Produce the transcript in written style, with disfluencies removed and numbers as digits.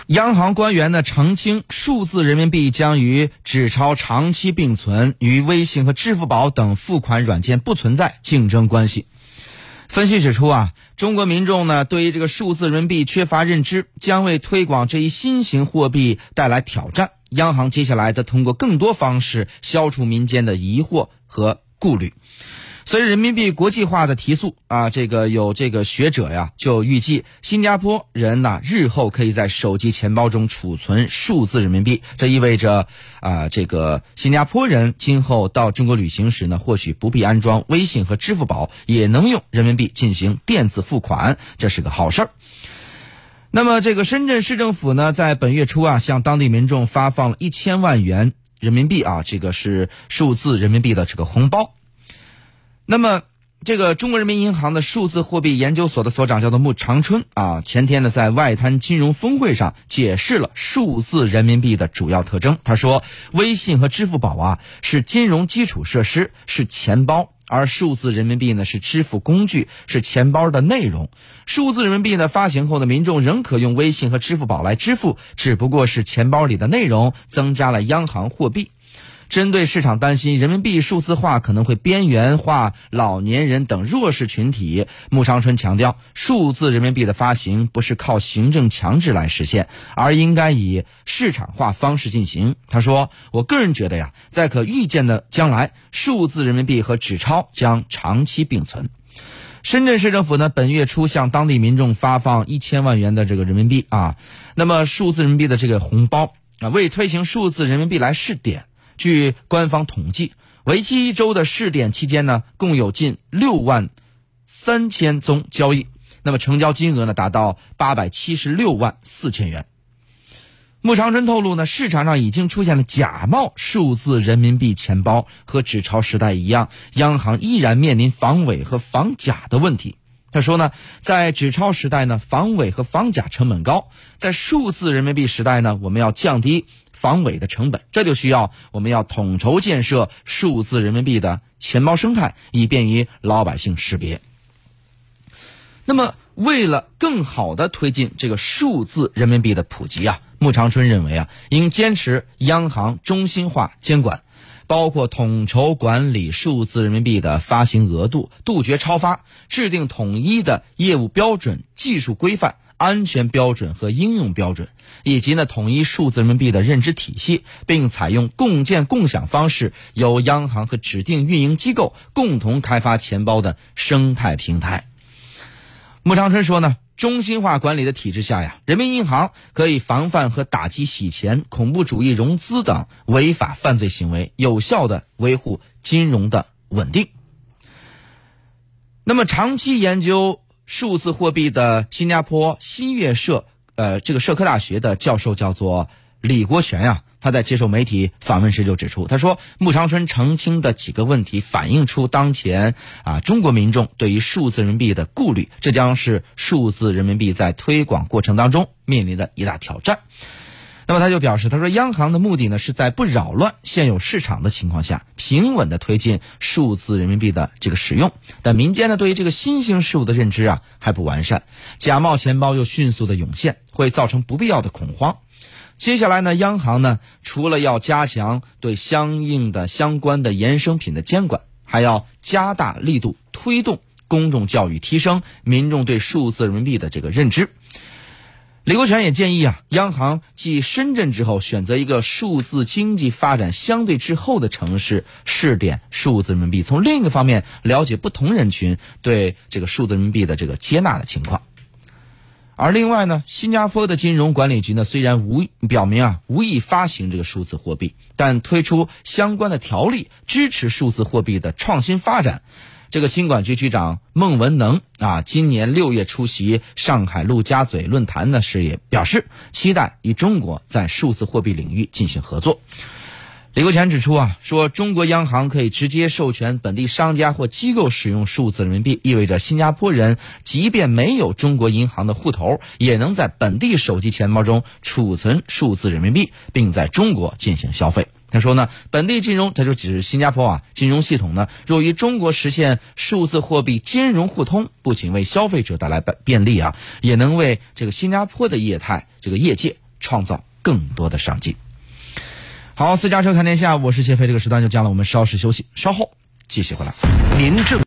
央行官员呢澄清，数字人民币将与纸钞长期并存，与微信和支付宝等付款软件不存在竞争关系。分析指出中国民众呢对于这个数字人民币缺乏认知，将为推广这一新型货币带来挑战。央行接下来的通过更多方式消除民间的疑惑和顾虑。随着人民币国际化的提速有学者就预计新加坡人日后可以在手机钱包中储存数字人民币，这意味着新加坡人今后到中国旅行时呢，或许不必安装微信和支付宝，也能用人民币进行电子付款，这是个好事儿。那么深圳市政府呢，在本月初向当地民众发放了1000万元人民币这个是数字人民币的这个红包。那么中国人民银行的数字货币研究所的所长叫做穆长春前天呢在外滩金融峰会上解释了数字人民币的主要特征。他说，微信和支付宝是金融基础设施，是钱包，而数字人民币呢是支付工具，是钱包的内容。数字人民币呢发行后的民众仍可用微信和支付宝来支付，只不过是钱包里的内容增加了央行货币。针对市场担心人民币数字化可能会边缘化老年人等弱势群体，穆长春强调，数字人民币的发行不是靠行政强制来实现，而应该以市场化方式进行。他说，我个人觉得在可预见的将来，数字人民币和纸钞将长期并存。深圳市政府呢本月初向当地民众发放1000万元的这个人民币那么数字人民币的这个红包为推行数字人民币来试点。据官方统计，为期1周的试点期间呢，共有近63000宗交易，那么成交金额呢达到876万4千元。穆长春透露呢，市场上已经出现了假冒数字人民币钱包，和纸钞时代一样，央行依然面临防伪和防假的问题。他说呢，在纸钞时代呢，防伪和防假成本高，在数字人民币时代呢，我们要降低防伪的成本，这就需要我们要统筹建设数字人民币的钱包生态，以便于老百姓识别。那么为了更好的推进这个数字人民币的普及穆长春认为应坚持央行中心化监管，包括统筹管理数字人民币的发行额度，杜绝超发，制定统一的业务标准、技术规范、安全标准和应用标准，以及统一数字人民币的认知体系，并采用共建共享方式，由央行和指定运营机构共同开发钱包的生态平台。穆长春说呢，中心化管理的体制下人民银行可以防范和打击洗钱、恐怖主义融资等违法犯罪行为，有效地维护金融的稳定。那么长期研究数字货币的新加坡新月社社科大学的教授叫做李国权他在接受媒体访问时就指出，他说，穆长春澄清的几个问题反映出当前中国民众对于数字人民币的顾虑，这将是数字人民币在推广过程当中面临的一大挑战。那么他就表示，他说，央行的目的呢是在不扰乱现有市场的情况下，平稳的推进数字人民币的这个使用，但民间呢对于这个新兴事物的认知还不完善，假冒钱包又迅速的涌现，会造成不必要的恐慌。接下来呢，央行呢除了要加强对相关的衍生品的监管，还要加大力度推动公众教育，提升民众对数字人民币的这个认知。李国权也建议央行继深圳之后，选择一个数字经济发展相对滞后的城市试点数字人民币，从另一个方面了解不同人群对这个数字人民币的这个接纳的情况。而另外呢，新加坡的金融管理局呢虽然表明无意发行这个数字货币，但推出相关的条例支持数字货币的创新发展。这个金管局局长孟文能今年6月出席上海陆家嘴论坛呢时也表示，期待与中国在数字货币领域进行合作。李国权指出说中国央行可以直接授权本地商家或机构使用数字人民币，意味着新加坡人即便没有中国银行的户头，也能在本地手机钱包中储存数字人民币，并在中国进行消费。他说呢，本地金融，这就指新加坡金融系统呢，若于中国实现数字货币金融互通，不仅为消费者带来便利也能为这个新加坡的业界创造更多的商机。好，私家车看天下，我是谢飞，这个时段就讲了，我们稍事休息，稍后继续回来。 您正